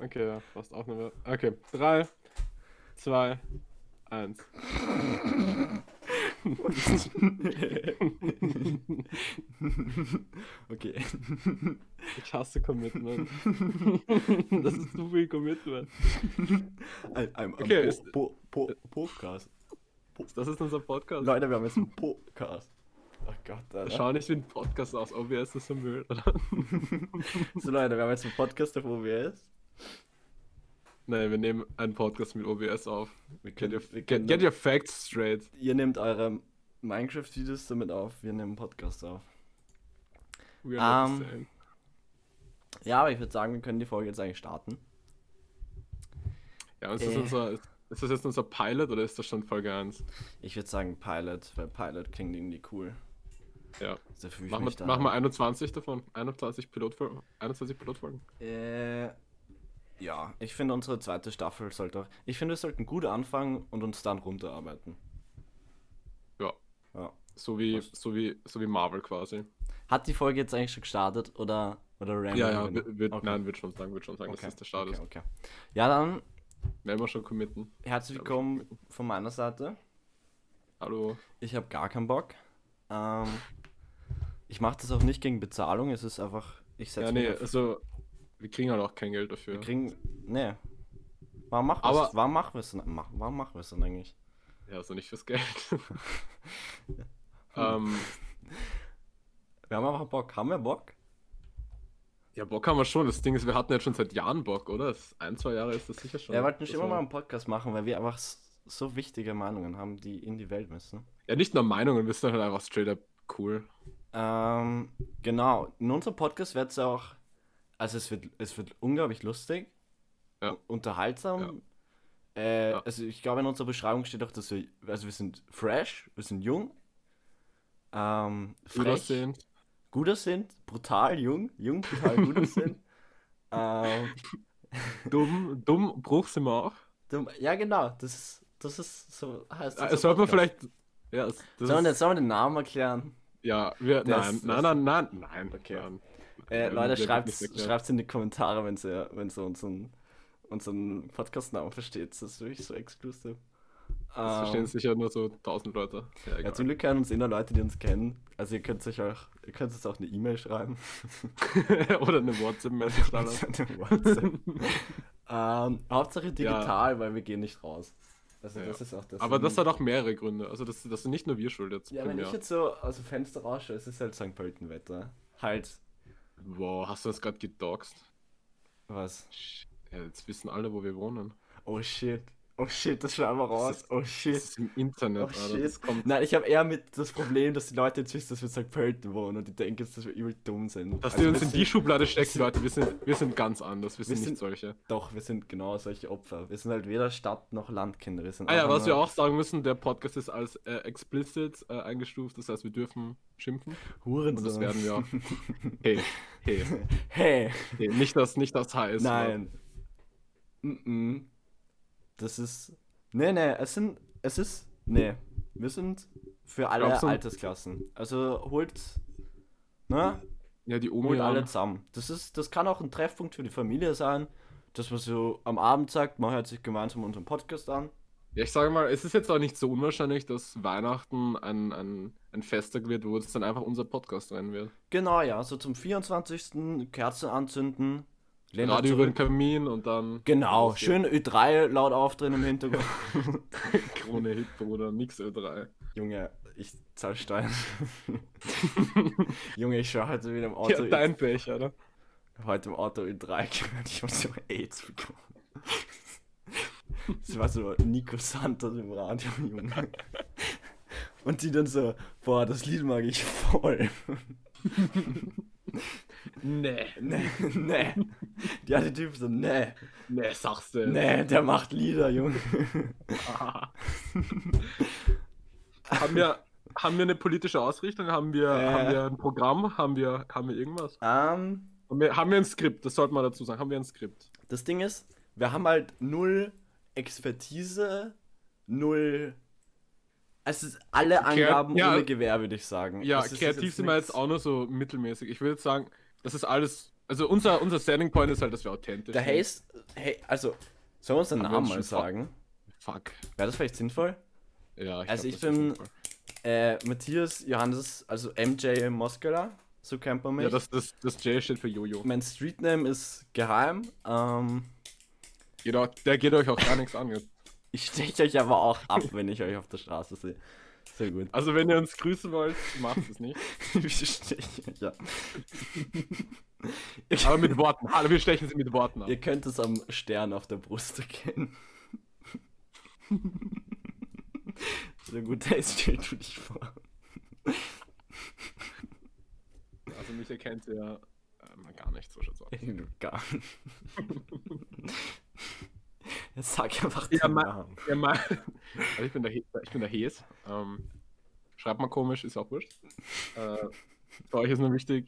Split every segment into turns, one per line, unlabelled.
Okay, ja, fast auch noch. Okay, 3, 2, 1.
Okay.
Ich hasse Commitment. Das ist zu viel Commitment.
Ein
Okay,
Podcast.
das ist unser Podcast.
Leute, wir haben jetzt einen Podcast. Oh Gott, Alter.
Schau nicht wie ein Podcast aus. OBS ist so Müll, oder?
So Leute, wir haben jetzt einen Podcast auf OBS.
Nein, wir nehmen einen Podcast mit OBS auf. Get
können
your facts straight.
Ihr nehmt eure Minecraft-Videos damit auf, wir nehmen einen Podcast auf.
We are not the same.
Ja, aber ich würde sagen, wir können die Folge jetzt eigentlich starten.
Ja, und ist das jetzt unser Pilot oder ist das schon Folge 1?
Ich würde sagen Pilot, weil Pilot klingt irgendwie cool.
Ja.
Da fühl ich
Machen
mich
wir 21 davon. 21 Pilotfolgen.
Ja, ich finde unsere zweite Staffel sollte auch... Ich finde, wir sollten gut anfangen und uns dann runterarbeiten.
Ja.
Ja.
So wie Marvel quasi.
Hat die Folge jetzt eigentlich schon gestartet oder random?
Ja,
Okay.
nein, wird schon sagen,
Okay.
dass das der Start ist.
Okay. Ja, dann
Werden wir schon committen.
herzlich willkommen von meiner Seite.
Hallo.
Ich habe gar keinen Bock. Ich mache das auch nicht gegen Bezahlung, es ist einfach... Ich setze
Ja,
mich
nee,
auf-
also wir kriegen halt auch kein Geld dafür.
Wir kriegen... Nee. Warum machen wir es dann eigentlich?
Ja, also nicht fürs Geld.
Wir haben einfach Bock. Haben wir Bock?
Ja, Bock haben wir schon. Das Ding ist, wir hatten jetzt schon seit Jahren Bock, oder? 1-2 Jahre ist das sicher schon.
Ja, wir wollten schon
Das
immer
war-
mal einen Podcast machen, weil wir einfach so wichtige Meinungen haben, die in die Welt müssen.
Ja, nicht nur Meinungen, wir sind halt einfach straight up cool.
Genau. In unserem Podcast wird es auch... Also es wird unglaublich lustig.
Ja.
Unterhaltsam.
Ja.
Also ich glaube, in unserer Beschreibung steht auch, dass wir sind fresh, wir sind jung.
Gut
Frech,
aussehend.
gut aussehend, brutal jung, brutal gut aussehend.
Dumm, Bruch sind wir auch.
Ja, genau, das ist so heißt unser
Sollte man
Podcast.
vielleicht. Ja, das
Sollen
ist,
wir den Namen erklären?
ja,
Das-
nein.
Okay.
Nein.
Leute,
Der wird nicht erklärt.
schreibt's in die Kommentare, wenn ihr unseren Podcast-Namen versteht. Das ist wirklich so exklusiv.
Das verstehen sicher nur so 1000 Leute. Ja,
Ja,
egal.
zum Glück hören uns immer Leute, die uns kennen. Also ihr könnt uns auch eine E-Mail schreiben.
Oder eine WhatsApp-Message da lassen.
Hauptsache digital, weil wir gehen nicht raus. Also
Ja.
das ist auch das.
Aber das hat auch mehrere Gründe. Also das sind nicht nur wir schuld jetzt.
Ja, wenn
primär.
ich jetzt so aus dem Fenster rausschaue, es ist halt St. Pölten-Wetter. Halt,
Wow, hast du das gerade gedoxt?
was?
Ja, jetzt wissen alle, wo wir wohnen.
Oh shit, das schreiben wir raus.
Das ist-
Oh
Das
shit.
ist im Internet,
Oh
Alter.
shit.
Das kommt.
Nein, ich habe eher mit das Problem, dass die Leute jetzt wissen, dass wir in St. Pölten wohnen und die denken jetzt, dass wir übel dumm sind.
Dass
Also
die uns
wir
in die
sind-
Schublade stecken, Leute. Wir sind ganz anders. Wir sind
sind-
nicht solche.
Doch, wir sind genau solche Opfer. Wir sind halt weder Stadt noch Landkinder. Wir sind
Ah ja,
einfach
was wir
nur
auch sagen müssen, der Podcast ist als explicit eingestuft. Das heißt, wir dürfen schimpfen.
Hurensohn.
Und das werden wir auch. Hey.
Hey,
Nicht das heißt.
nein. Das ist... Nee, wir sind für alle
Glaubst du-
Altersklassen. Also holt... Ne?
Ja, die Omi.
Holt alle zusammen. Das kann auch ein Treffpunkt für die Familie sein, dass man so am Abend sagt, man hört sich gemeinsam unseren Podcast an.
Ja, ich sage mal, es ist jetzt auch nicht so unwahrscheinlich, dass Weihnachten ein Festtag wird, wo es dann einfach unser Podcast rein wird.
Genau, ja, so zum 24. Kerzen anzünden. lehnt euch
Radio über den
zurück.
Kamin und dann.
Genau,
losgeht.
schön Ö3 laut aufdrehen im Hintergrund.
Krone Hit, Bruder, nix Ö3.
Junge, ich zahl Steuern. Junge, ich schau heute wieder im Auto.
Ja, dein Pech, oder?
Heute im Auto Ö3 gehört, ich hab so AIDS bekommen. Das war so Nico Santos im Radio, Junge. Und die dann so, boah, das Lied mag ich voll.
Nee.
Nee. Die hatte Typ so, nee,
Sagst du.
nee, der macht Lieder, Junge.
Haben wir eine politische Ausrichtung? Haben wir ein Programm? Haben wir irgendwas? Haben wir ein Skript? Das sollte man dazu sagen. Haben wir ein Skript?
Das Ding ist, wir haben halt null Expertise, null... Es ist alle Angaben
ja.
ohne Gewehr, würde ich sagen.
Ja,
Es ist
kreativ
jetzt
sind wir
nichts-
jetzt auch nur so mittelmäßig. Ich würde jetzt sagen, das ist alles Also unser Selling Point ist halt, dass wir authentisch
sind. Der Haze, also, sollen wir uns den Namen mal sagen?
Fuck.
Wäre das vielleicht sinnvoll?
Ja,
ich bin Matthias Johannes, also MJ Moskala, so kennt man mich.
Ja, das J steht für Jojo.
Mein Streetname ist geheim.
Der geht euch auch gar nichts an jetzt.
Ich steche euch aber auch ab, wenn ich euch auf der Straße sehe. Sehr gut.
Also wenn ihr uns grüßen wollt, macht es nicht.
Wir stechen, ja.
Aber mit Worten. Hallo, wir stechen sie mit Worten an.
Ihr könnt es am Stern auf der Brust erkennen. Sehr gut, stell du dich vor.
Also mich erkennt ihr gar nicht, so schaut's aus.
Gar nicht. Jetzt sag einfach den Namen.
Also ich bin der Hes. Schreibt mal komisch, ist auch wurscht. Für euch ist nur wichtig,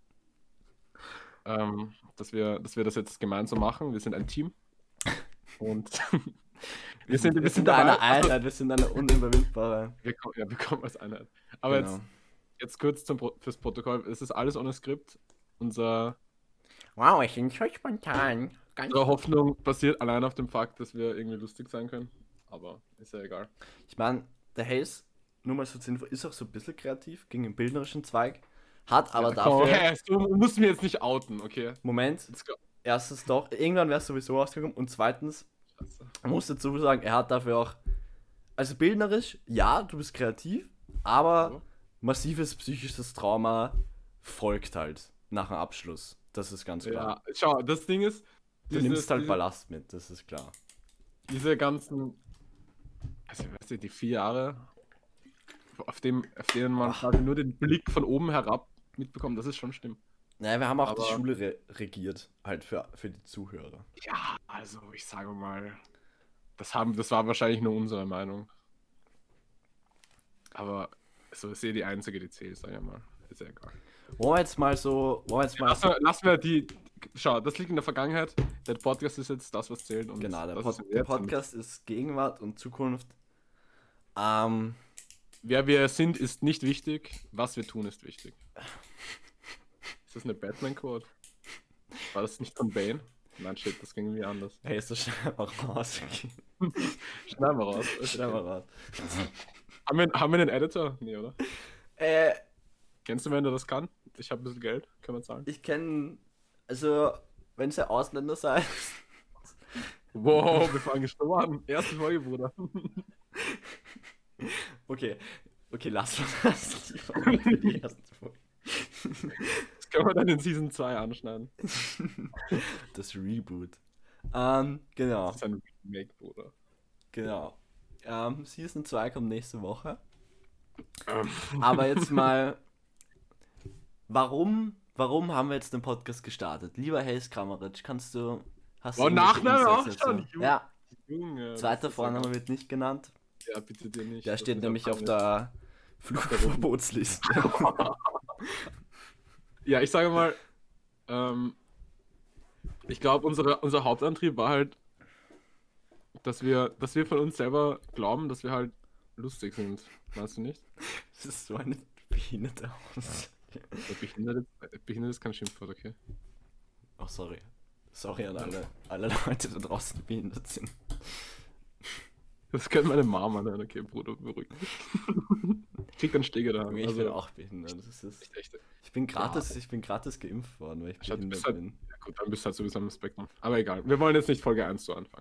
dass wir das jetzt gemeinsam machen. Wir sind ein Team. Und wir sind
eine Einheit, wir sind eine unüberwindbare.
Wir kommen als Einheit. Aber genau. jetzt kurz fürs Protokoll. Es ist alles ohne Skript.
Wow, ich bin so spontan.
Unsere Hoffnung basiert allein auf dem Fakt, dass wir irgendwie lustig sein können. Aber ist ja egal.
Ich meine, der Haze, nur mal so zur Info, ist auch so ein bisschen kreativ gegen den bildnerischen Zweig. Hat aber dafür...
Du musst mir jetzt nicht outen, okay?
Moment. Erstens doch, irgendwann wär's sowieso rausgekommen. Und zweitens, ich muss dazu sagen, er hat dafür auch... Also bildnerisch, ja, du bist kreativ, aber massives psychisches Trauma folgt halt nach dem Abschluss. Das ist ganz klar.
Ja, schau, das Ding ist...
Du nimmst halt Ballast mit, das ist klar.
Diese ganzen, also weißt du, die 4 Jahre, auf denen man quasi nur den Blick von oben herab mitbekommt, das ist schon schlimm.
Naja, wir haben auch die Schule regiert, halt für die Zuhörer.
Ja, also ich sage mal, das war wahrscheinlich nur unsere Meinung. Aber so ist die einzige, die zählt, sag ich mal. Ist ja egal. Lassen wir die. Schau, das liegt in der Vergangenheit. Der Podcast ist jetzt das, was zählt. Und
genau, der Podcast ist Gegenwart und Zukunft.
Wer wir sind, ist nicht wichtig. Was wir tun, ist wichtig. Ist das eine Batman-Quote? War das nicht von Bane? Nein, shit, das ging irgendwie anders.
Hey, ist das schnell mal raus?
Schnell mal raus. Haben wir einen Editor? Nee, oder? Kennst du, wenn du das kann? Ich habe ein bisschen Geld, kann man sagen.
Ich kenne, also, wenn es ein Ausländer sei.
Wow, wir fangen gestorben. Erste Folge, Bruder.
Okay, lass uns das für die erste Folge.
Das können wir dann in Season 2 anschneiden.
Das Reboot. Genau.
Das ist ein Remake, Bruder.
Genau. Season 2 kommt nächste Woche. Aber jetzt mal, warum haben wir jetzt den Podcast gestartet? Lieber Haze Kramaric, hast du
Nachname auch schon?
Ja.
Junge.
Zweiter Vorname wird nicht genannt.
Ja, bitte dir nicht.
Der steht nämlich auf der Flugverbotsliste.
Ja, ich sage mal, ich glaube, unser Hauptantrieb war halt, dass wir von uns selber glauben, dass wir halt lustig sind. Weißt du nicht?
Das ist so eine behinderte Aussage.
Behindert ist kein Schimpfwort, okay?
Oh, sorry. Sorry an alle Leute da draußen, die behindert sind.
Das könnte meine Mama sein, okay, Bruder, beruhigt mich. Krieg dann Stege da.
Ich bin auch behindert. Ich bin gratis geimpft worden, weil ich behindert bin.
Ja gut, dann bist du halt sowieso am Spektrum. Aber egal, wir wollen jetzt nicht Folge 1 so anfangen.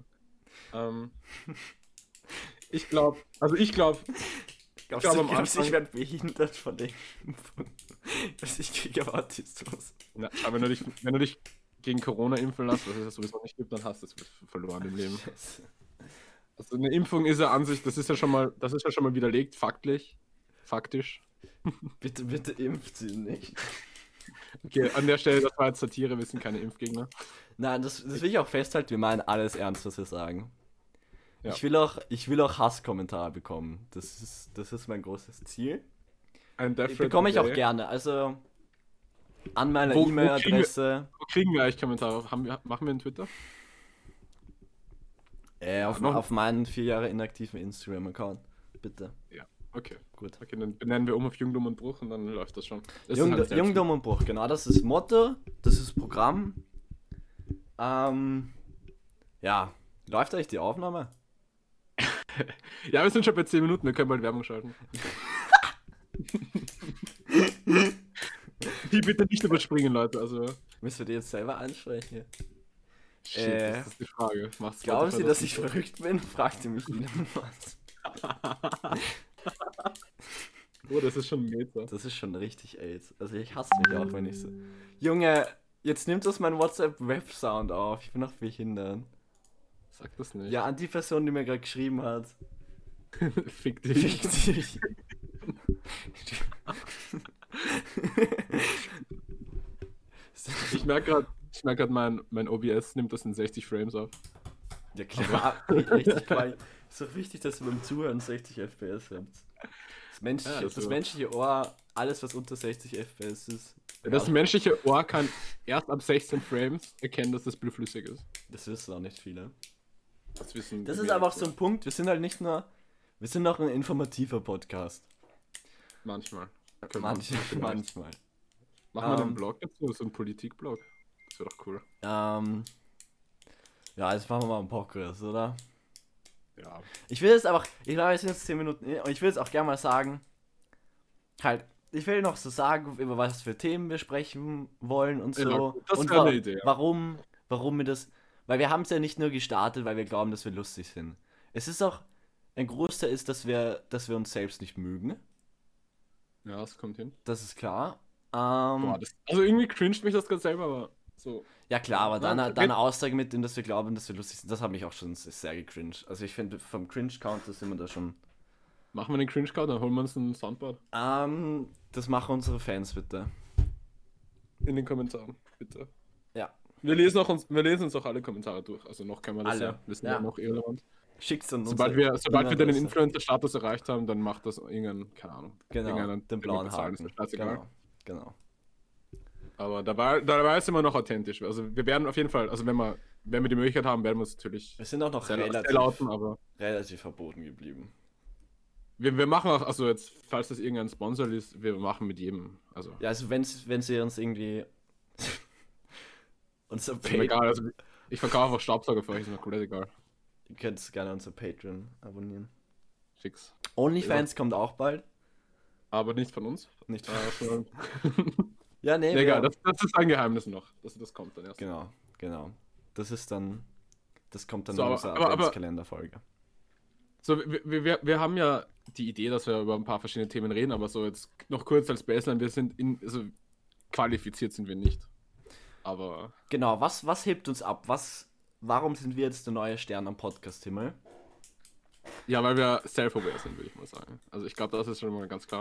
Ich glaube am Anfang...
Ich werde behindert von der Impfung. Ich kriege aber Autismus.
Na, aber wenn du dich gegen Corona impfen lässt, was es ja sowieso nicht gibt, dann hast du es verloren im Leben. Also eine Impfung ist ja an sich, das ist ja schon mal widerlegt, faktisch.
Bitte impft sie nicht.
Okay, an der Stelle, das war jetzt Satire, wir sind keine Impfgegner.
Nein, das will ich auch festhalten, wir meinen alles ernst, was wir sagen. Ja. Ich will auch Hasskommentare bekommen. Das ist mein großes Ziel. Bekomme ich auch gerne. Also an meiner E-Mail-Adresse.
Wo kriegen wir eigentlich Kommentare? Machen wir einen Twitter?
Auf meinen 4 Jahre inaktiven Instagram-Account. Bitte.
Ja. Okay.
Gut.
Okay, dann benennen wir auf Jung, Dumm und Bruch und dann läuft das schon. Das
Jung,
ist halt
Jung, Dumm und Bruch, genau, das ist Motto, das ist Programm. Ja, läuft eigentlich die Aufnahme?
Ja, wir sind schon bei 10 Minuten, wir können bald Werbung schalten. Die bitte nicht überspringen, Leute. Also.
Müssen wir die jetzt selber ansprechen?
Shit, das ist die Frage. Macht's
Glauben Sie, dass ich
nicht?
verrückt bin? Fragte mich Elon was.
Oh, das ist schon ein Meter.
Das ist schon richtig AIDS. Also ich hasse mich auch, wenn ich so... Junge, jetzt nimmt das mein WhatsApp-Web-Sound auf. Ich bin noch behindert.
Sag das nicht.
Ja, an die Person, die mir gerade geschrieben hat.
Fick dich.
Fick dich.
Ich merke gerade, mein OBS nimmt das in 60 Frames auf.
Ja klar, richtig klar. Ist doch wichtig, dass ihr beim Zuhören 60 FPS habt. Das menschliche Ohr, alles was unter 60 FPS ist.
Das menschliche Ohr kann erst ab 16 Frames erkennen, dass das Bild flüssig ist.
Das wissen auch nicht viele.
Das
ist aber auch so ein Punkt, wir sind halt nicht nur, wir sind auch ein informativer Podcast.
Manchmal.
Manchmal.
Machen wir einen Blog dazu, so einen Politikblog. Das wäre doch cool.
Ja, jetzt machen wir mal einen Podcast, oder?
Ja.
Ich will jetzt aber, ich glaube, es sind jetzt 10 Minuten und ich will jetzt auch gerne mal sagen, halt, ich will noch so sagen, über was für Themen wir sprechen wollen und so.
Ja, das
und
wäre eine Idee.
Warum wir das, weil wir haben es ja nicht nur gestartet, weil wir glauben, dass wir lustig sind. Es ist auch, ein Großteil ist, dass wir uns selbst nicht mögen.
Ja, das kommt hin.
Das ist klar.
Boah, also irgendwie cringet mich das gerade selber, aber so.
Ja klar, aber dann eine Aussage mit dem, dass wir glauben, dass wir lustig sind, das hat mich auch schon sehr gecringed. Also ich finde, vom Cringe-Count sind wir da schon...
Machen wir den Cringe-Count, dann holen wir uns ein Soundboard.
Das machen unsere Fans bitte.
In den Kommentaren, bitte.
Ja.
Wir lesen uns auch alle Kommentare durch, also noch können wir das
alle.
Wir sind ja noch irrelevant.
Schickt's dann
Sobald wir den Influencer-Status erreicht haben, dann macht das irgendein, keine Ahnung.
Genau, den blauen Haken. Genau.
Aber dabei ist immer noch authentisch. Also wir werden auf jeden Fall, also wenn wir die Möglichkeit haben, werden wir uns natürlich...
Wir sind auch noch
sehr lauten, aber
relativ verboten geblieben.
Wir machen auch, also jetzt, falls das irgendein Sponsor ist, wir machen mit jedem. Also,
ja, also wenn sie uns irgendwie... unser
Patreon... Egal, also ich verkaufe auch Staubsauger für euch, ist mir komplett egal.
Ihr könnt gerne unser Patreon abonnieren.
Fix.
OnlyFans kommt auch bald.
Aber nicht von uns.
Nicht von uns. Ja, nee.
Egal, das ist ein Geheimnis noch. Das kommt dann erst.
Genau. Das kommt dann
so,
in unserer Adventskalenderfolge.
So, wir haben ja die Idee, dass wir über ein paar verschiedene Themen reden, aber so jetzt noch kurz als Baseline, wir sind qualifiziert sind wir nicht. Aber...
Genau, was hebt uns ab? Warum sind wir jetzt der neue Stern am Podcast-Himmel?
Ja, weil wir self-aware sind, würde ich mal sagen. Also ich glaube, das ist schon mal ganz klar.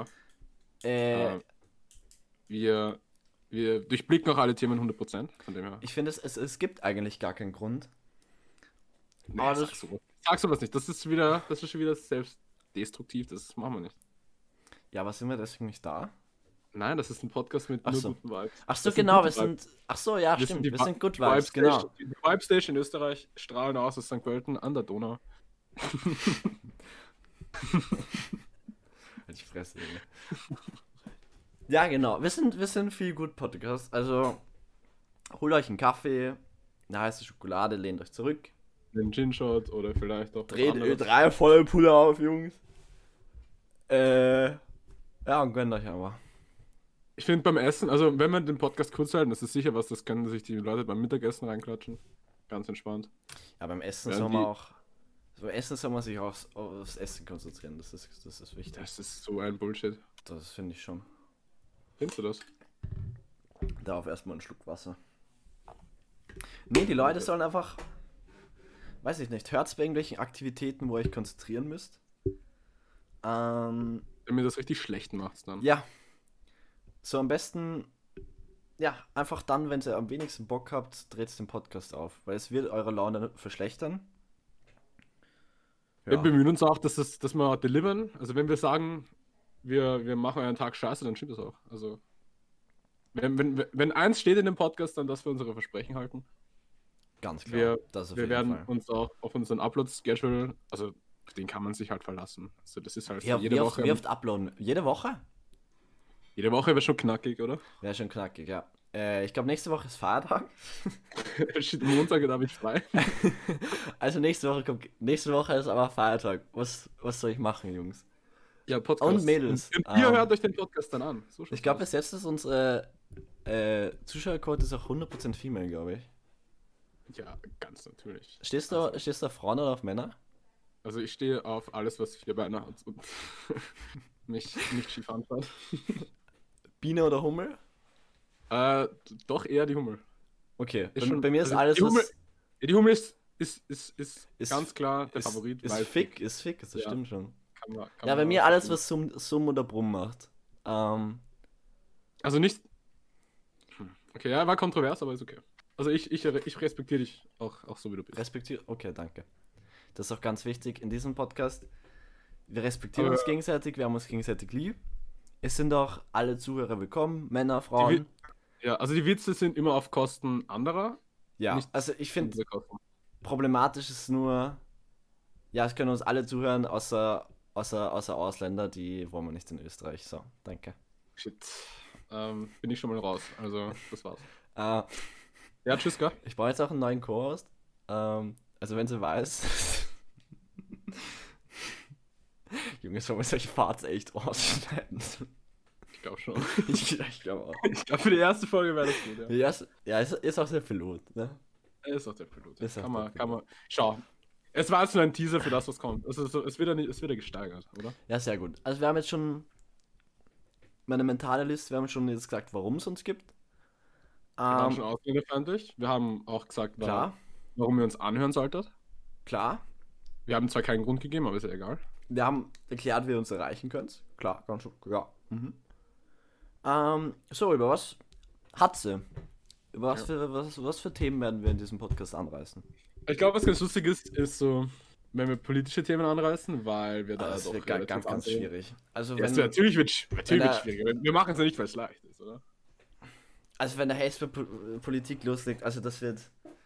Wir durchblicken auch alle Themen 100%, von dem her.
Ich finde, es gibt eigentlich gar keinen Grund.
Nee, sag sowas nicht. Das ist schon wieder selbstdestruktiv, das machen wir nicht.
Ja, aber sind wir deswegen nicht da?
Nein, das ist ein Podcast mit nur guten Vibes.
Ach so, genau, wir sind... Ach so, ja, stimmt, wir sind Good Vibes, genau.
Die Vibe Station in Österreich strahlen aus St. Pölten an der Donau.
Halt die Fresse, Junge. Ja, genau, wir sind viel gut Podcast, also holt euch einen Kaffee, eine heiße Schokolade, lehnt euch zurück.
Den Gin-Shot oder vielleicht auch...
Dreht Ö3 volle Pulle auf, Jungs. Ja, und gönnt euch aber.
Ich finde beim Essen, also wenn wir den Podcast kurz halten, das ist sicher was, das können sich die Leute beim Mittagessen reinklatschen. Ganz entspannt.
Ja, beim Essen soll man auch... Beim Essen soll man sich auch aufs Essen konzentrieren, das ist wichtig.
Das ist so ein Bullshit.
Das finde ich schon.
Findest du das?
Darauf erstmal einen Schluck Wasser. Nee, die Leute sollen einfach... Weiß ich nicht, hört's bei irgendwelchen Aktivitäten, wo ihr euch konzentrieren müsst?
Wenn mir das richtig schlecht macht dann.
Ja. So am besten, ja, einfach dann, wenn ihr am wenigsten Bock habt, dreht den Podcast auf, weil es wird eure Laune verschlechtern.
Ja. Wir bemühen uns auch, dass wir delivern. Also wenn wir sagen, wir machen euren Tag scheiße, dann stimmt das auch. Also wenn eins steht in dem Podcast, dann, dass wir unsere Versprechen halten.
Ganz klar.
Wir werden uns auch auf unseren Upload-Schedule, also auf den kann man sich halt verlassen. Also das ist halt
Ja,
jede Woche.
Wie oft uploaden? Jede Woche?
Jede Woche wäre schon knackig, oder?
Wäre schon knackig, ja. Ich glaube, nächste Woche ist Feiertag.
Shit, Montag, da habe ich frei.
Also nächste Woche ist aber Feiertag. Was soll ich machen, Jungs?
Ja, Podcast.
Und Mädels.
Und ihr hört euch den Podcast dann an. So
Ich glaube, bis jetzt ist unsere Zuschauerquote ist auch 100% Female, glaube ich.
Ja, ganz natürlich.
Stehst du auf Frauen oder auf Männer?
Also ich stehe auf alles, was vier Beine hat und mich nicht schief anschaut.
Biene oder Hummel?
Doch eher die Hummel.
Okay,
Ist schon-
bei mir ist
also
alles,
die Hummel,
was...
Ja, die Hummel ist
Ist-
ganz klar der
ist,
Favorit.
Ist
weil
fick, das
Ja.
stimmt schon.
kann man
Ja, bei
man
mir alles,
verstehen.
was Summ oder Brumm macht.
Also nicht. Okay, ja, war kontrovers, aber ist okay. Also ich respektiere dich auch so, wie du bist.
Respektiere. Okay, danke. Das ist auch ganz wichtig in diesem Podcast. Wir respektieren
Aber-
uns gegenseitig, wir haben uns gegenseitig lieb. Es sind auch alle Zuhörer willkommen, Männer,
Die
Frauen.
Wi- Ja, also die Witze sind immer auf Kosten anderer.
Ja,
nicht
also ich finde,
unsere Kosten.
problematisch ist nur, ja, es können uns alle zuhören, außer Ausländer, die wollen wir nicht in Österreich. So, danke.
Shit. Bin ich schon mal raus. Also, das war's.
Äh,
Ja, tschüss, gell?
Ich brauche jetzt auch einen neuen Co-Host. Also wenn sie weiß. Junge, sollen wir solche Parts echt rausschneiden?
Ich glaube schon.
Ich glaube auch.
Ich glaube, für die erste Folge wäre das gut, ja.
Ja, ist auch der Pilot, ne?
Er ist auch der Pilot.
Ist auch
Kann
der
man,
Pilot.
Schau. Es war jetzt nur ein Teaser für das, was kommt. Also, es wird ja gesteigert, oder?
Ja, sehr gut. Also wir haben jetzt schon meine mentale Liste, wir haben schon jetzt gesagt, warum es uns gibt.
Wir waren schon ausländerfeindlich. Wir haben auch gesagt,
Klar,
warum ihr uns anhören solltet.
klar.
Wir haben zwar keinen Grund gegeben, aber ist ja egal.
Wir haben erklärt, wie ihr uns erreichen könnt. Klar, ganz schon. Ja. Mhm. So, über was hat sie? Über was für Themen werden wir in diesem Podcast anreißen?
Ich glaube, was ganz lustig ist so, wenn wir politische Themen anreißen, weil wir da
Das
doch
wird
relativ
ganz
ansehen.
schwierig. Also
Ja,
wenn,
natürlich wird
wenn er-
schwieriger. Wir machen es ja nicht, weil es leicht ist, oder?
wenn der Hass für Politik loslegt, also das wird,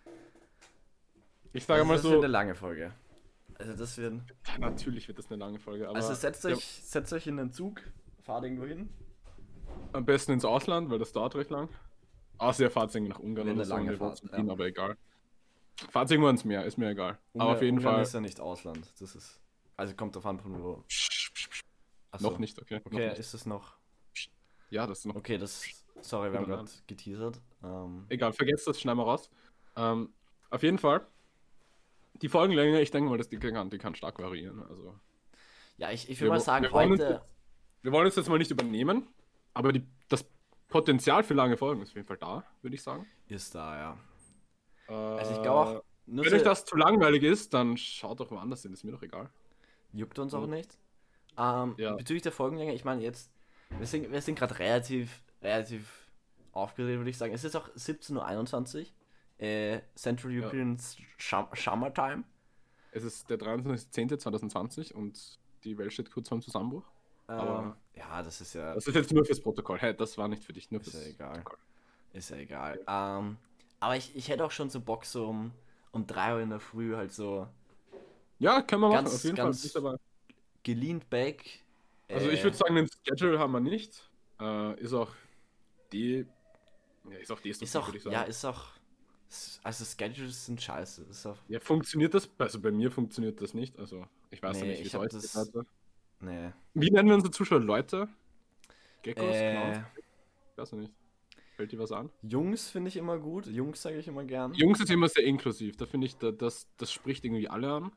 Ich sage mal
das wird
so,
eine lange Folge. Also das wird,
ja, natürlich wird das eine lange Folge, aber
also setzt euch in den Zug, fahrt irgendwo hin.
am besten ins Ausland, weil das dauert recht lang. Außer ihr fahrt irgendwie nach Ungarn
Wenn
oder
eine
so,
lange
und ihr wollt
Fahrt,
zu Wien,
ja.
aber egal. Fahrt irgendwo ins Meer, ist mir egal. Aber auf jeden
Ungarn
Fall.
ist ja nicht Ausland, das ist, also kommt drauf an, von wo. Ach
Noch
so.
nicht, okay. Noch
Okay,
nicht.
ist es noch,
Ja, das ist noch.
okay, sorry, wir haben
Ungarn.
gerade geteasert.
Egal, vergesst das, schneiden wir raus. Auf jeden Fall. Die Folgenlänge, ich denke mal, die kann stark variieren. Also,
Ja, ich
Wir
will mal
wo-
sagen,
wir wollen uns
heute,
wir wollen uns jetzt mal nicht übernehmen, aber das Potenzial für lange Folgen ist auf jeden Fall da, würde ich sagen.
ist da, ja. Also ich glaube auch, nur
Wenn
so,
euch das zu langweilig ist, dann schaut doch woanders hin, ist mir doch egal.
juckt uns auch
Ja.
nicht.
Ja.
Bezüglich der Folgenlänge, ich meine jetzt, wir sind gerade relativ aufgeregt, würde ich sagen. Es ist auch 17:21 Uhr, Central
Ja.
European Summertime.
Es ist der 23.10.2020 und die Welt steht kurz vor dem Zusammenbruch. Aber-
Ja, das ist ja,
Das ist jetzt nur fürs Protokoll. Hey, das war nicht für dich, nur
Ist
fürs
ja egal.
Protokoll.
ist ja egal. Aber ich hätte auch schon so Bock, so um 3 Uhr in der Früh halt so
Ja, können wir machen,
Ganz-
auf jeden
ganz-
Fall. Ist aber,
geleaned back.
also ich würde sagen, den Schedule haben wir nicht. Ist auch destruktiv,
ist auch,
würde ich sagen.
ja, ist auch, also Schedules sind scheiße. Ist auch,
Ja, funktioniert das? Also bei mir funktioniert das nicht. Also ich weiß ja
Nee,
nicht, wie
ich
es
hab
euch
das-
geht, Leute.
nee.
Wie nennen wir unsere Zuschauer? Leute? Geckos?
Äh,
Clowns? Ich weiß nicht. Fällt dir was an?
Jungs finde ich immer gut. Jungs sage ich immer gern.
Jungs ist immer sehr inklusiv. Da finde ich, das spricht irgendwie alle an.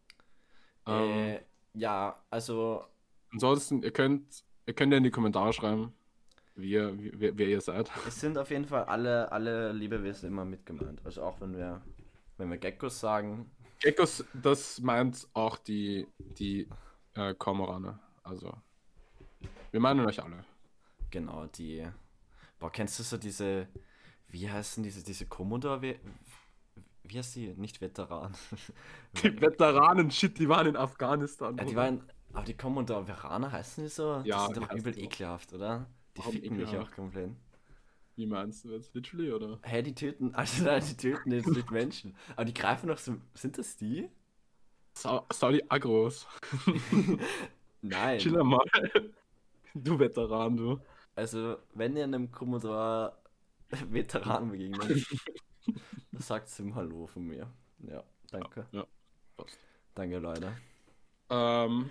Ja, also
Ansonsten, ihr könnt ja in die Kommentare schreiben, wer ihr seid.
es sind auf jeden Fall alle Lebewesen immer mit gemeint. Also auch wenn wir Geckos sagen,
Geckos, das meint auch die Kormorane. Also, wir meinen euch alle.
genau, boah, kennst du so diese, wie heißen diese Commodore, wie heißt die? Nicht Veteran.
Die Veteranen, shit, die waren in Afghanistan.
Ja, die waren, aber die Commodore Veraner heißen die so?
Ja,
Die sind
die
doch
heißen
übel
so.
ekelhaft, oder? Die
Warum
ficken mich
ekelhaft?
auch komplett.
Wie meinst du jetzt? Literally, oder?
Hä, die töten, also nein, die töten jetzt nicht Menschen. Aber die greifen noch so, sind das die?
Saudi Agros.
Nein.
Chill mal. Du Veteran, du.
Also, wenn ihr einem Commodore Veteran begegnet, sagt ihm Hallo von mir. Ja, danke.
Ja, passt.
Danke, Leute.
Ähm,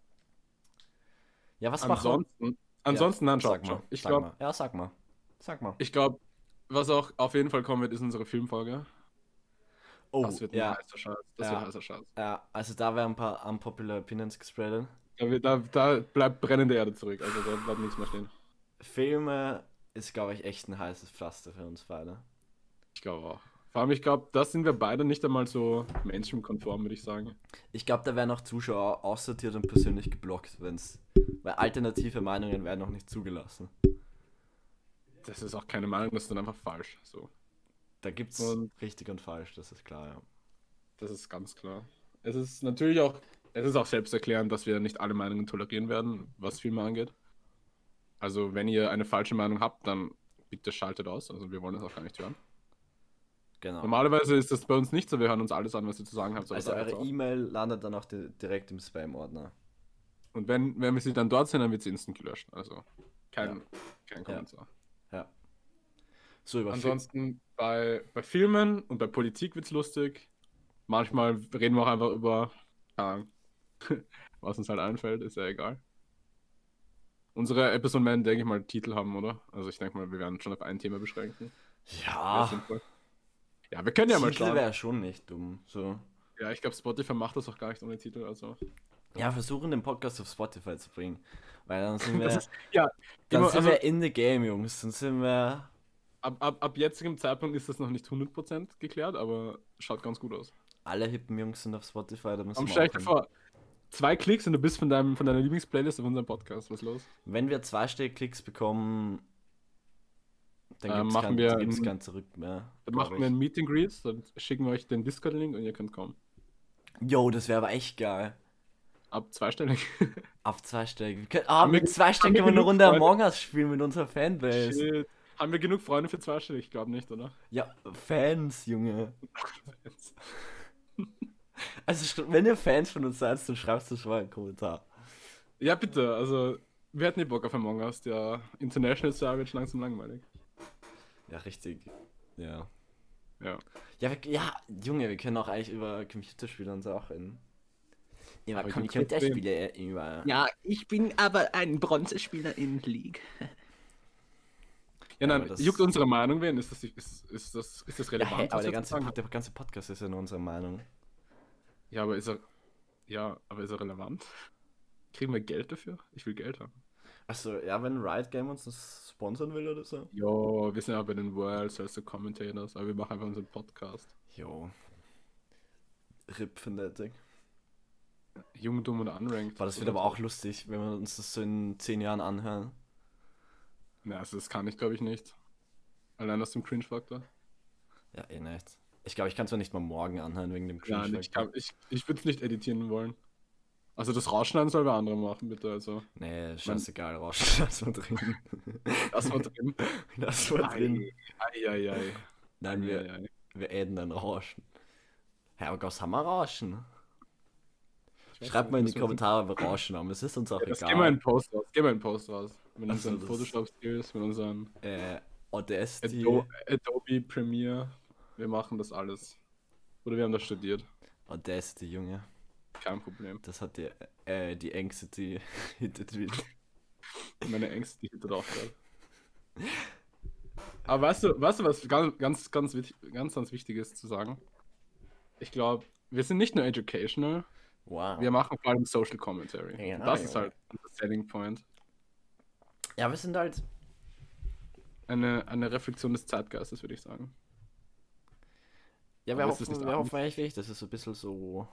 Ja, was machen wir?
ansonsten, nein,
Sag mal.
Ich
Sag
glaube,
mal. Ja, sag mal. Sag mal.
was auch auf jeden Fall kommen wird, ist unsere Filmfolge.
Oh,
Das wird ein
ja.
heißer Schatz. Das
Ja.
wird ein heißer Schatz.
Ja, also da werden ein paar unpopular Opinions gespreadet.
Da bleibt brennende Erde zurück. Also da bleibt nichts mehr stehen.
Filme ist, glaube ich, echt ein heißes Pflaster für uns beide.
Ich glaube auch. Vor allem, ich glaube, da sind wir beide nicht einmal so Mainstream-konform, würde ich sagen.
Ich glaube, da werden auch Zuschauer aussortiert und persönlich geblockt, weil alternative Meinungen werden noch nicht zugelassen.
Das ist auch keine Meinung, das ist dann einfach falsch. So.
Da gibt es
Und-
richtig und falsch, das ist klar, ja.
Das ist ganz klar. Es ist natürlich auch, selbsterklärend, dass wir nicht alle Meinungen tolerieren werden, was Filme angeht. Also, wenn ihr eine falsche Meinung habt, dann bitte schaltet aus. Also, wir wollen das auch gar nicht hören.
Genau.
Normalerweise ist das bei uns nicht so. Wir hören uns alles an, was ihr zu sagen habt. aber
Also
sagt es
eure
auch.
E-Mail landet dann auch direkt im Spam-Ordner.
Und wenn wir sie dann dort sind, dann wird sie instant gelöscht. Also, kein Kommentar.
Ja. So, über
Ansonsten bei Filmen und bei Politik wird's lustig. Manchmal reden wir auch einfach über, was uns halt einfällt, ist ja egal. Unsere Episoden werden, denke ich mal, Titel haben, oder? Also ich denke mal, wir werden schon auf ein Thema beschränken. Wäre
Ja,
sinnvoll. Ja, wir können ja mal
Titel
schauen.
wäre schon nicht dumm. So.
Ja, ich glaube, Spotify macht das auch gar nicht ohne Titel. Also.
Ja, versuchen den Podcast auf Spotify zu bringen. Weil dann sind wir,
Das ist, ja,
dann
immer,
sind
also
wir in the game, Jungs. Dann sind wir.
ab jetzigem Zeitpunkt ist das noch nicht 100% geklärt, aber schaut ganz gut aus.
Alle hippen Jungs sind auf Spotify, da müssen
Am
wir
stell
auch
dir
hin.
vor, 2 Klicks und du bist von deiner Lieblingsplaylist auf unserem Podcast. Was ist los?
Wenn wir 2 Klicks bekommen, dann gibt es
machen wir
kein Zurück mehr.
Dann
glaub
machen wir
ich.
ein Meet and Greet, dann schicken wir euch den Discord-Link und ihr könnt kommen.
Jo, das wäre aber echt geil.
Ab 2-stellig.
Auf 2
Haben wir-
mit 2
haben wir
können wir eine
genug
Runde
Freunde?
Among Us spielen mit unserer Fanbase.
Shit. Haben wir genug Freunde für 2-stellig? Ich glaube nicht, oder?
Ja, Fans, Junge. Also, wenn ihr Fans von uns seid, dann schreibt es schon mal einen Kommentar.
Ja, bitte. Also, wir hätten die Bock auf Among Us. Der International Server wird schon langsam langweilig.
Ja, richtig. Ja.
Ja.
Ja, Junge, wir können auch eigentlich über Computerspiele und so auch reden. Über
Aber
Computerspiele, über.
Ja, ich bin aber ein Bronzespieler in League.
Ja,
aber
nein,
das-
juckt unsere Meinung wen? Ist das
Ja,
relevant?
hey, aber
was wir jetzt sagen?
der ganze Podcast ist ja nur unsere Meinung.
Ja, aber ist er relevant? Kriegen wir Geld dafür? Ich will Geld haben.
Achso, ja, wenn Riot Game uns das sponsern will oder so.
Jo, wir sind ja bei den Worlds als Commentators, aber wir machen einfach unseren Podcast.
Jo. RIP Fnatic.
Jung, dumm und unranked.
Boah, das wird aber auch lustig, wenn wir uns das so in 10 Jahren anhören.
Na, also das kann ich glaube ich nicht. Allein aus dem Cringe-Faktor.
Ja, eh nicht. Ich glaube, ich kann es zwar nicht mal morgen anhören wegen dem
Ja,
Cringe.
ich würde es nicht editieren wollen. Also das Rausschneiden soll wer andere machen, bitte. Also,
Nee, scheißegal, raus. Lass mal drin.
das war drin.
Lass mal drin.
Eieiei.
Nein, wir adden dann Rauschen. Hä, aber was haben wir Rauschen? Schreibt mal in die Kommentare, ob wir Rauschen haben. Es ist uns auch
Das
egal.
gehen wir in Post raus. Gehen wir in Post raus. Mit
Ach so,
unseren
das-
Photoshop-Skills, mit unseren
Audacity.
Adobe Premiere. Wir machen das alles. Oder wir haben das studiert.
Audacity, Junge.
Kein Problem.
Das hat die Anxiety hintertweet.
Meine Ängste, die hinter drauf werden. Aber weißt du, was ganz wichtig ist zu sagen? Ich glaube, wir sind nicht nur educational,
Wow.
wir machen vor allem Social Commentary.
Ja,
Und das
ja.
ist halt unser Selling Point.
Ja, wir sind halt.
Eine Reflexion des Zeitgeistes, würde ich sagen.
Ja, wir
Aber ist das
hoffen,
nicht
wir
anders?
hoffen eigentlich, das ist so ein bisschen so.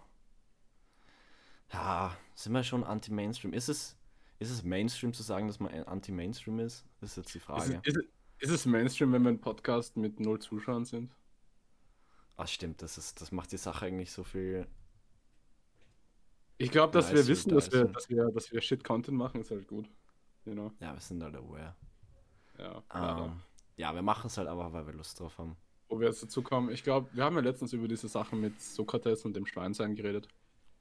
Ja, sind wir schon anti-Mainstream? Ist es Mainstream zu sagen, dass man anti-Mainstream ist? Das ist jetzt die Frage.
Ist es Mainstream, wenn wir ein Podcast mit 0 Zuschauern sind?
Ah, stimmt, das macht die Sache eigentlich so viel.
Ich glaube, dass
Nice
wir wissen,
Utilizing.
dass wir Shit-Content machen, ist halt gut. You know?
Ja, wir sind halt aware.
Ja, leider.
Ja, wir machen es halt einfach, weil wir Lust drauf haben.
Wo wir jetzt dazu kommen, ich glaube, wir haben ja letztens über diese Sachen mit Sokrates und dem Schweinsein geredet.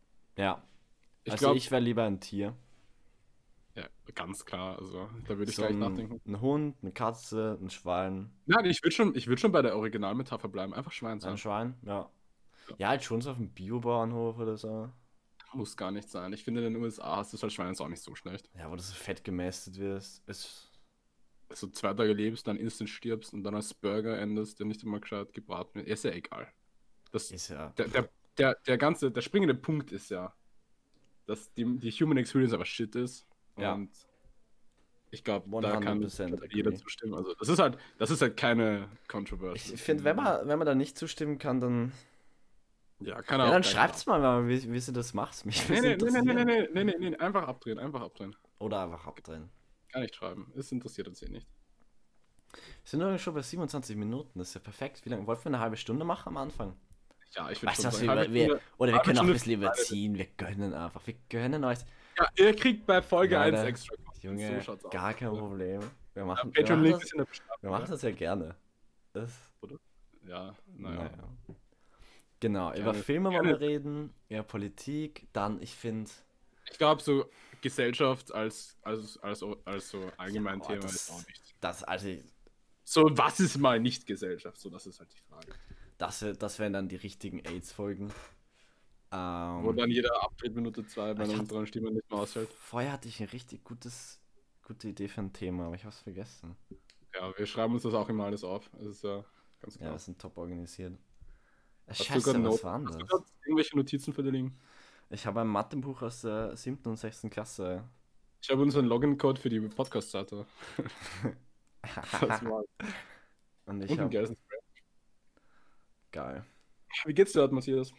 Ja.
Ich
Also
glaube,
ich wäre lieber ein Tier.
ja, ganz klar. Also da würde ich
So
gleich nachdenken.
ein Hund, eine Katze, ein Schwein,
Nein, ich würd schon bei der Originalmetapher bleiben. Einfach Schwein
ein
sein.
Schwein, ja.
Ja.
Ja, halt schon so auf dem Biobauernhof oder so.
Muss gar nicht sein. Ich finde, in den USA hast du es als Schwein jetzt auch nicht so schlecht.
Ja, wo du so fett gemästet wirst. Ist,
Also 2 Tage lebst, dann instant stirbst und dann als Burger endest, der nicht einmal gescheit gebraten wird. Ist ja egal. Das,
ist ja.
der springende Punkt ist ja, dass die Human Experience aber shit ist.
Ja.
Und ich glaube, da kann
100%
jeder
agree.
zustimmen. Also das ist halt keine Controversy.
Ich finde, wenn man da nicht zustimmen kann, dann.
Ja, kann
Ja,
er auch
dann
gleich
schreibt's mal, wie sie das macht. Mich
Nee,
würd's
nee, nee, nee, nee,
interessieren.
nee, nee, nee, nee, einfach abdrehen, einfach abdrehen.
Oder einfach abdrehen.
Gar nicht schreiben. Es interessiert uns eh nicht.
Wir sind übrigens schon bei 27 Minuten, das ist ja perfekt. Wie lange wollten wir eine halbe Stunde machen am Anfang?
Ja, ich würde
Weißt du
schon
was,
sagen, halbe
wir,
Stunde-
oder wir
halbe
können auch ein
Stunde
bisschen
für beide.
überziehen. Wir gönnen einfach. Wir gönnen euch.
Ja, ihr kriegt bei Folge
Leute,
1 extra.
Junge,
So schaut's aus.
gar kein Problem. Wir machen,
Patreon-Link ist in der
wir
Beschreibung.
machen das ja gerne. Das,
Ja, naja.
Genau, über
Gerne-
Filme wollen
gerne.
wir reden, über Politik, dann, ich finde,
Ich glaube, so Gesellschaft als so allgemein
Ja,
Thema
das-
ist auch nicht.
also,
So, was ist mal nicht Gesellschaft? So, das ist halt die Frage.
das wären dann die richtigen AIDS-Folgen.
Wo dann jeder abdreht Minute 2, weil
Ich hab-
unseren Stimmen nicht mehr aushält.
Vorher hatte ich eine richtig gute Idee für ein Thema, aber ich habe es vergessen.
Ja, wir schreiben uns das auch immer alles auf. Das ist ja ganz
Ja,
klar.
wir sind top organisiert.
Hast du
Scheiße,
gerade
was war
Hast du
das?
gerade irgendwelche Notizen für dich liegen?
Ich habe ein Mathebuch aus der 7. und 6. Klasse.
Ich habe unseren Login-Code für die Podcast-Seite. Das war
Und ich
und ein
habe.
Gelsenspray.
Geil.
Wie geht's dir, Matthias?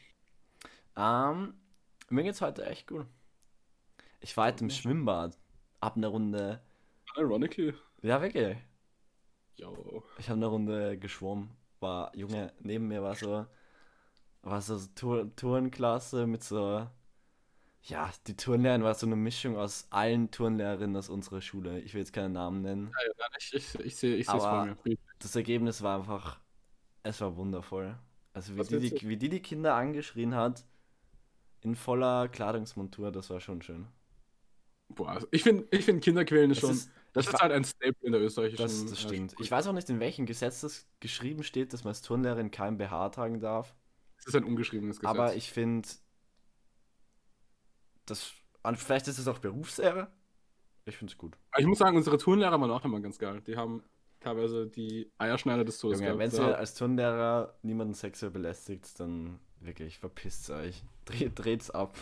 Mir geht's heute echt gut. Ich war heute im Schwimmbad. Ab einer Runde.
Ironically.
Ja, wirklich.
Jo.
Ich habe eine Runde geschwommen. Junge, neben mir war so Turnklasse mit so. Ja, die Turnlehrerin war so eine Mischung aus allen Turnlehrerinnen aus unserer Schule. Ich will jetzt keinen Namen nennen.
Ja, ja, ich sehe es vor
Aber
mir.
das Ergebnis war einfach. Es war wundervoll. Also,
Was
wie die Kinder angeschrien hat, in voller Kleidungsmontur, das war schon schön.
Boah, also ich find Kinderquälen ist
Das
schon.
ist-
Das
ich
ist
wa-
halt ein Staple in der österreichischen.
Das stimmt. Ich weiß auch nicht, in welchem Gesetz das geschrieben steht, dass man als Turnlehrerin kein BH tragen darf.
Es ist ein ungeschriebenes Gesetz.
Aber ich finde, vielleicht ist es auch Berufsehre. Ich finde es gut.
Aber ich muss sagen, unsere Turnlehrer waren auch immer ganz geil. Die haben teilweise die Eierschneider des Todes
Junge, wenn
gehabt.
ihr als Turnlehrer niemanden sexuell belästigt, dann wirklich verpisst euch. Dreht's ab.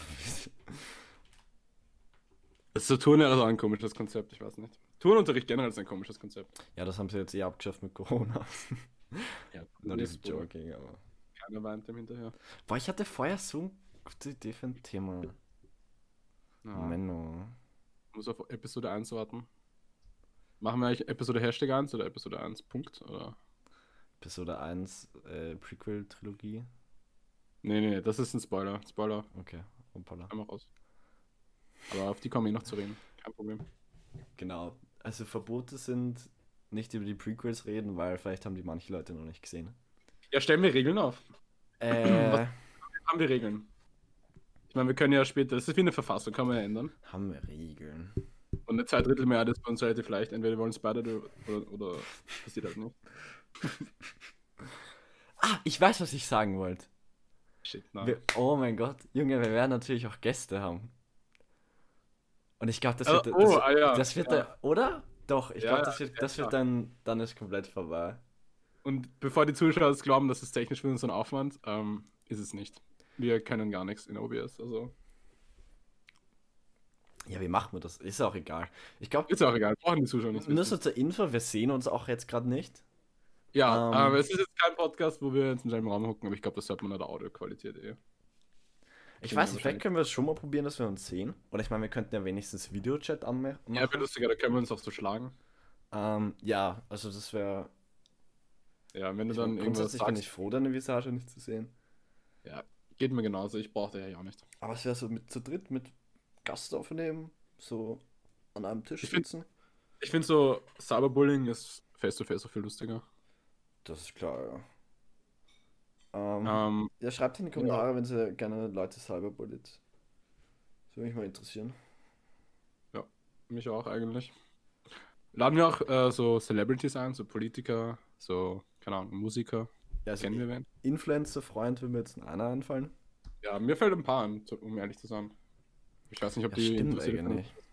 Das ist so Turnlehrer ist auch ein komisches Konzept, ich weiß nicht. Turnunterricht generell ist ein komisches Konzept.
Ja, das haben sie jetzt abgeschafft mit Corona.
Ja,
Not even joking, aber.
Keiner weint dem hinterher.
Boah, ich hatte vorher so eine gute Idee für ein Thema.
Ja.
Menno.
Muss auf Episode 1 warten. Machen wir eigentlich Episode Hashtag 1 oder Episode 1 Punkt? Oder?
Episode 1, Prequel-Trilogie.
Nee, das ist ein Spoiler. Spoiler,
Okay, hoppala.
einmal raus. Aber auf die kommen wir noch zu reden. Kein Problem.
Genau. Also Verbote sind nicht über die Prequels reden, weil vielleicht haben die manche Leute noch nicht gesehen.
Ja, stellen wir Regeln auf.
Äh,
Haben wir Regeln? Ich meine, wir können ja später, das ist wie eine Verfassung, kann man ja ändern.
haben wir Regeln?
Und eine Zweidrittelmehrheit ist bei uns relativ leicht. Entweder wir wollen es beide oder passiert halt nicht.
Ah, ich weiß, was ich sagen wollte.
Shit, nein.
Oh mein Gott, Junge, wir werden natürlich auch Gäste haben. Und ich glaube, das wird,
ja.
das wird
ja.
oder? Doch, ich
Ja,
glaube,
ja,
das wird dann ist komplett vorbei.
Und bevor die Zuschauer jetzt glauben, dass es technisch für uns ein Aufwand, ist es nicht. Wir können gar nichts in OBS, also
Ja, wie machen wir das? Ist auch egal. Ich glaube,
ist auch egal, brauchen die Zuschauer nicht
nur
wissen.
so zur Info, wir sehen uns auch jetzt gerade nicht.
Ja,
Ähm,
aber es ist jetzt kein Podcast, wo wir jetzt in einem Raum hocken, aber ich glaube, das hört man an der Audioqualität eh.
Ich
Ja,
weiß nicht, vielleicht
wahrscheinlich.
können wir es schon mal probieren, dass wir uns sehen. Oder ich meine, wir könnten ja wenigstens Videochat anmachen.
Ja, wäre lustiger, da können wir uns auch so schlagen.
Ja, also das wäre.
Ja, wenn du dann irgendwas
Grundsätzlich bin
sagst,
ich froh, deine Visage nicht zu sehen.
ja, geht mir genauso, ich brauchte ja auch nicht.
Aber es wäre so zu dritt mit Gast aufnehmen, so an einem Tisch
Ich find-
sitzen.
Ich finde so, Cyberbullying ist face-to-face auch viel lustiger.
Das ist klar, ja.
Ähm,
Ja, schreibt in die Kommentare, wenn ihr gerne Leute cyberbullet. Das würde mich mal interessieren.
Ja, mich auch eigentlich. Laden wir auch so Celebrities ein, so Politiker, so, keine Ahnung, Musiker.
Ja, also
Kennen wir wen?
Influencer-Freund würde mir jetzt einer einfallen.
Ja, mir fällt ein paar an, um ehrlich zu sein. Ich weiß nicht, ob
Ja,
die
stimmt
interessiert sind.
eigentlich.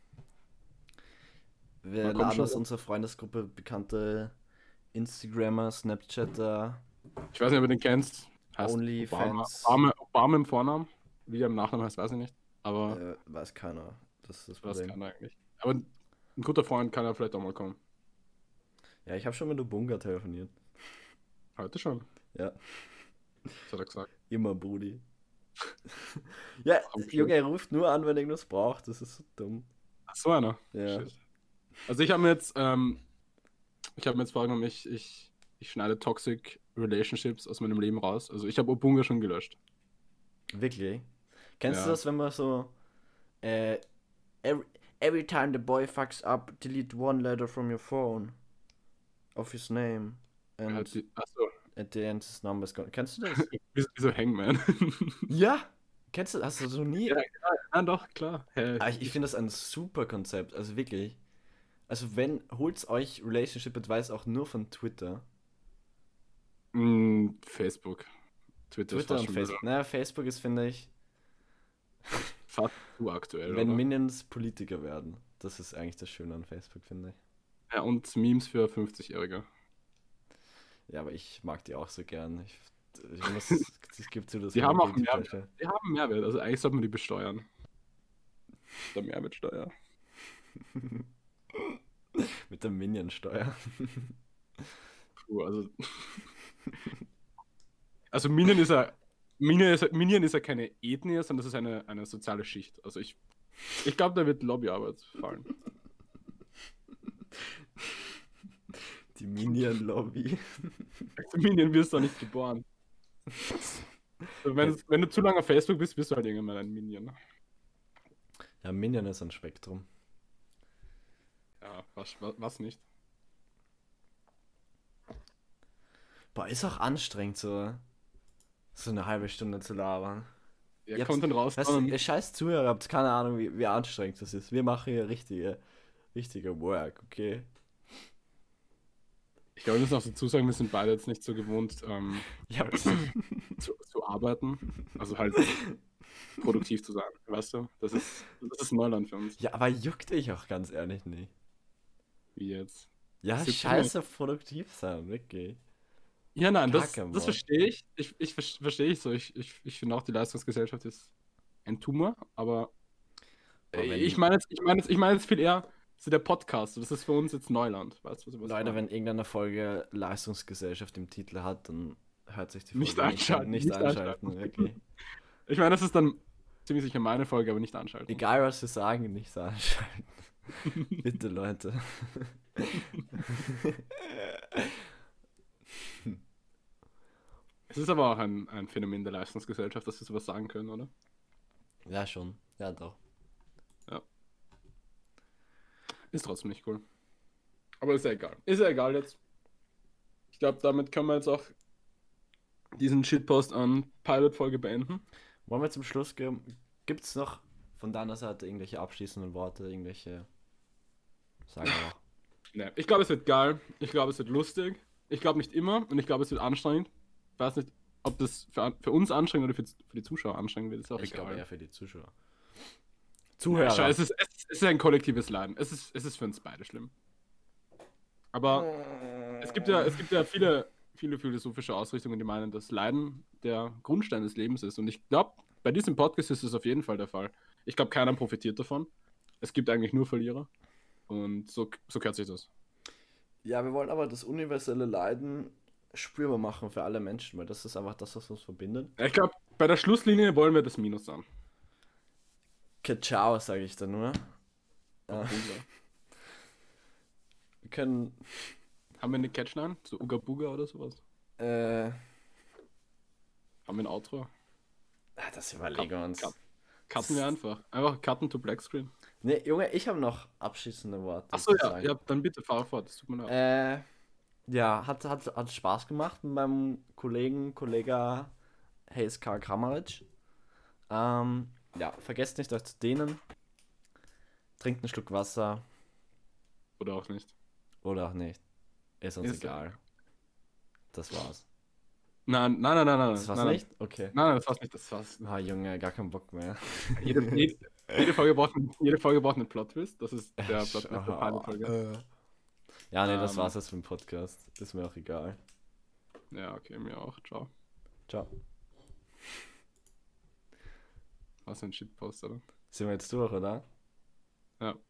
Wir
Man kommt
laden
schon
aus
so.
unserer Freundesgruppe bekannte Instagrammer, Snapchatter,
Ich weiß nicht, ob du den kennst. Heißt
Onlyfans.
Obama im Vornamen. Wie er im Nachnamen heißt, weiß ich nicht. Aber
Weiß keiner. Das ist das
was
Problem.
kann er eigentlich? Aber ein guter Freund kann ja vielleicht auch mal kommen.
Ja, ich habe schon mit Ubunga telefoniert.
Heute schon.
Ja,
Das hat er gesagt.
immer Brudi. Ja,
Okay.
Junge, er ruft nur an, wenn er irgendwas braucht. Das ist so dumm.
Ach, so einer.
Ja.
Shit. Also ich habe mir jetzt vorgenommen, ich schneide Toxic Relationships aus meinem Leben raus. Also ich habe Obunga schon gelöscht.
Wirklich? Kennst du
Ja.
das, wenn man so every time the boy fucks up, delete one letter from your phone of his name and
Achso,
at the end his number is gone. Kennst du das?
wieso Hangman?
Ja. Kennst du? Hast du so nie?
Ja, doch, klar. Hä?
Ich finde das ein super Konzept, also wirklich. Also holt's euch Relationship Advice auch nur von Twitter.
Facebook. Twitter ist
Twitter
fast
und
schon
Facebook.
wieder
Naja, Facebook ist, finde ich,
fast zu aktuell,
wenn
oder?
Minions Politiker werden. Das ist eigentlich das Schöne an Facebook, finde ich.
Ja, und Memes für 50-Jährige.
Ja, aber ich mag die auch so gern. Ich gebe zu, dass
Die
wir
haben auch
guilty
Mehrwert.
pleasure.
Die haben Mehrwert. Also eigentlich sollte man die besteuern. Der Mehrwertsteuer.
Mit der Minion-Steuer.
Puh, also. Also Minion ist ja keine Ethnie, sondern das ist eine soziale Schicht. Also ich glaube, da wird Lobbyarbeit fallen.
Die Minion-Lobby.
Als Minion wirst du auch nicht geboren. Also wenn du zu lange auf Facebook bist, bist du halt irgendwann ein Minion.
Ja, Minion ist ein Spektrum.
Ja, was nicht.
Boah, ist auch anstrengend, so eine halbe Stunde zu labern.
Ja,
Ihr
Content raus.
Ihr scheiß Zuhörer habt keine Ahnung, wie anstrengend das ist. Wir machen hier richtige Work, okay?
Ich glaube, wir müssen auch dazu sagen, wir sind beide jetzt nicht so gewohnt,
Ja,
zu arbeiten. Also halt produktiv zu sein, weißt du? Das ist Neuland für uns.
ja, aber juckt dich auch ganz ehrlich nicht.
Wie jetzt.
Ja,
Das ist
scheiße produktiv sein, wirklich.
Ja, nein, das
Kacke, Mann.
verstehe ich. Ich verstehe ich so. Ich finde auch, die Leistungsgesellschaft ist ein Tumor, aber
Aber wenn
ich meine jetzt viel eher so der Podcast. Das ist für uns jetzt Neuland. Weißt du, was ich
Leute,
meine?
wenn irgendeine Folge Leistungsgesellschaft im Titel hat, dann hört sich die Folge
Nicht einschalten,
Nicht
nicht
einschalten, wirklich.
Ich meine, das ist dann ziemlich sicher meine Folge, aber nicht anschalten.
Egal, was wir sagen, nicht einschalten. Bitte, Leute.
Es ist aber auch ein Phänomen der Leistungsgesellschaft, dass wir sowas sagen können, oder?
Ja, schon. Ja, doch.
Ist trotzdem nicht cool. Aber ist ja egal. Ist ja egal jetzt. Ich glaube, damit können wir jetzt auch diesen Shitpost an Pilot-Folge beenden.
Wollen wir zum Schluss gehen? Gibt es noch von deiner Seite irgendwelche abschließenden Worte, irgendwelche... Sagen wir noch.
Nee, ich glaube, es wird geil. Ich glaube, es wird lustig. Ich glaube nicht immer und ich glaube, es wird anstrengend. Ich weiß nicht, ob das für uns anstrengend oder für die Zuschauer anstrengend wird. Ist auch
Ich glaube
egal.
eher für die Zuschauer.
Ja,
Zuhörer.
schau, es ist ein kollektives Leiden. Es ist für uns beide schlimm. Aber es gibt ja viele philosophische Ausrichtungen, die meinen, dass Leiden der Grundstein des Lebens ist. Und ich glaube, bei diesem Podcast ist es auf jeden Fall der Fall. Ich glaube, keiner profitiert davon. Es gibt eigentlich nur Verlierer. Und so gehört sich das.
Ja, wir wollen aber das universelle Leiden spürbar machen für alle Menschen, weil das ist einfach das, was uns verbindet.
Ich glaube, bei der Schlusslinie wollen wir das Minus sein.
Okay, ciao, sage ich dann nur. Wir können...
Haben wir eine Catchline? So Uga Buga oder sowas? Haben wir ein Outro?
Das überlegen wir uns.
Cutten wir einfach. Einfach cutten to Black Screen.
Ne, Junge, ich habe noch abschließende Worte.
Achso,
zu
ja.
sagen.
Ja, dann bitte fahr fort. Das tut mir leid.
Ja, hat Spaß gemacht mit meinem Kollega Hayes Karl Kramaric. ja, vergesst nicht, euch zu dehnen. Trinkt einen Schluck Wasser.
Oder auch nicht.
Oder auch nicht. Ist uns
Ist
egal. Das war's.
Nein.
Das war's
nein,
nicht? Okay.
Nein, das war's nicht. Das war's.
Ah, Junge, gar keinen Bock mehr.
Jede Folge braucht einen Plot-Twist. Das ist der Plot-Twist der Pilot-Folge.
Ja, nee, das war's jetzt für den Podcast. Ist mir auch egal.
Ja, okay, mir auch. Ciao.
Ciao.
Was ein Shitpost, oder?
Sind wir jetzt durch, oder?
Ja.